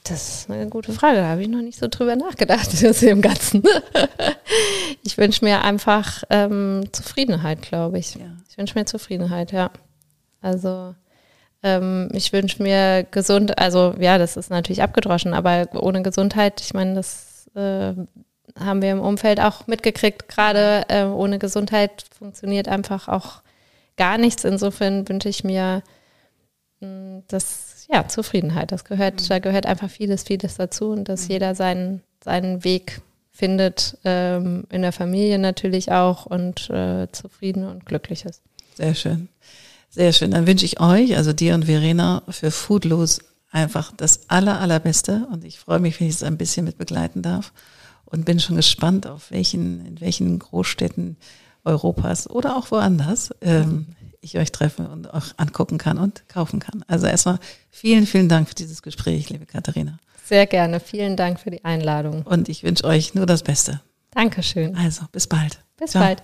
Das ist eine gute Frage, da habe ich noch nicht so drüber nachgedacht, das im Ganzen. Ich wünsche mir einfach Zufriedenheit, glaube ich. Ja. Ich wünsche mir Zufriedenheit, ja. Also ich wünsche mir gesund, also ja, das ist natürlich abgedroschen, aber ohne Gesundheit, ich meine, das haben wir im Umfeld auch mitgekriegt, gerade ohne Gesundheit funktioniert einfach auch gar nichts. Insofern wünsche ich mir Zufriedenheit. Da gehört einfach vieles dazu und dass jeder seinen Weg findet, in der Familie natürlich auch und zufrieden und glücklich ist. Sehr schön. Sehr schön. Dann wünsche ich euch, also dir und Verena, für Foodlos einfach das Allerbeste und ich freue mich, wenn ich es ein bisschen mit begleiten darf und bin schon gespannt, in welchen Großstädten Europas oder auch woanders ich euch treffe und auch angucken kann und kaufen kann. Also erstmal vielen Dank für dieses Gespräch, liebe Katharina. Sehr gerne. Vielen Dank für die Einladung. Und ich wünsche euch nur das Beste. Dankeschön. Also, bis bald. Bis bald.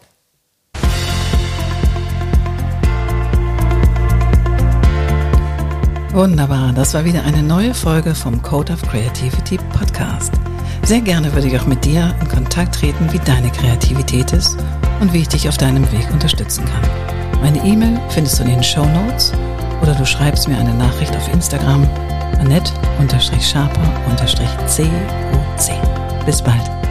Wunderbar, das war wieder eine neue Folge vom Code of Creativity Podcast. Sehr gerne würde ich auch mit dir in Kontakt treten, wie deine Kreativität ist und wie ich dich auf deinem Weg unterstützen kann. Meine E-Mail findest du in den Shownotes oder du schreibst mir eine Nachricht auf Instagram annette_sharper_coc. Bis bald.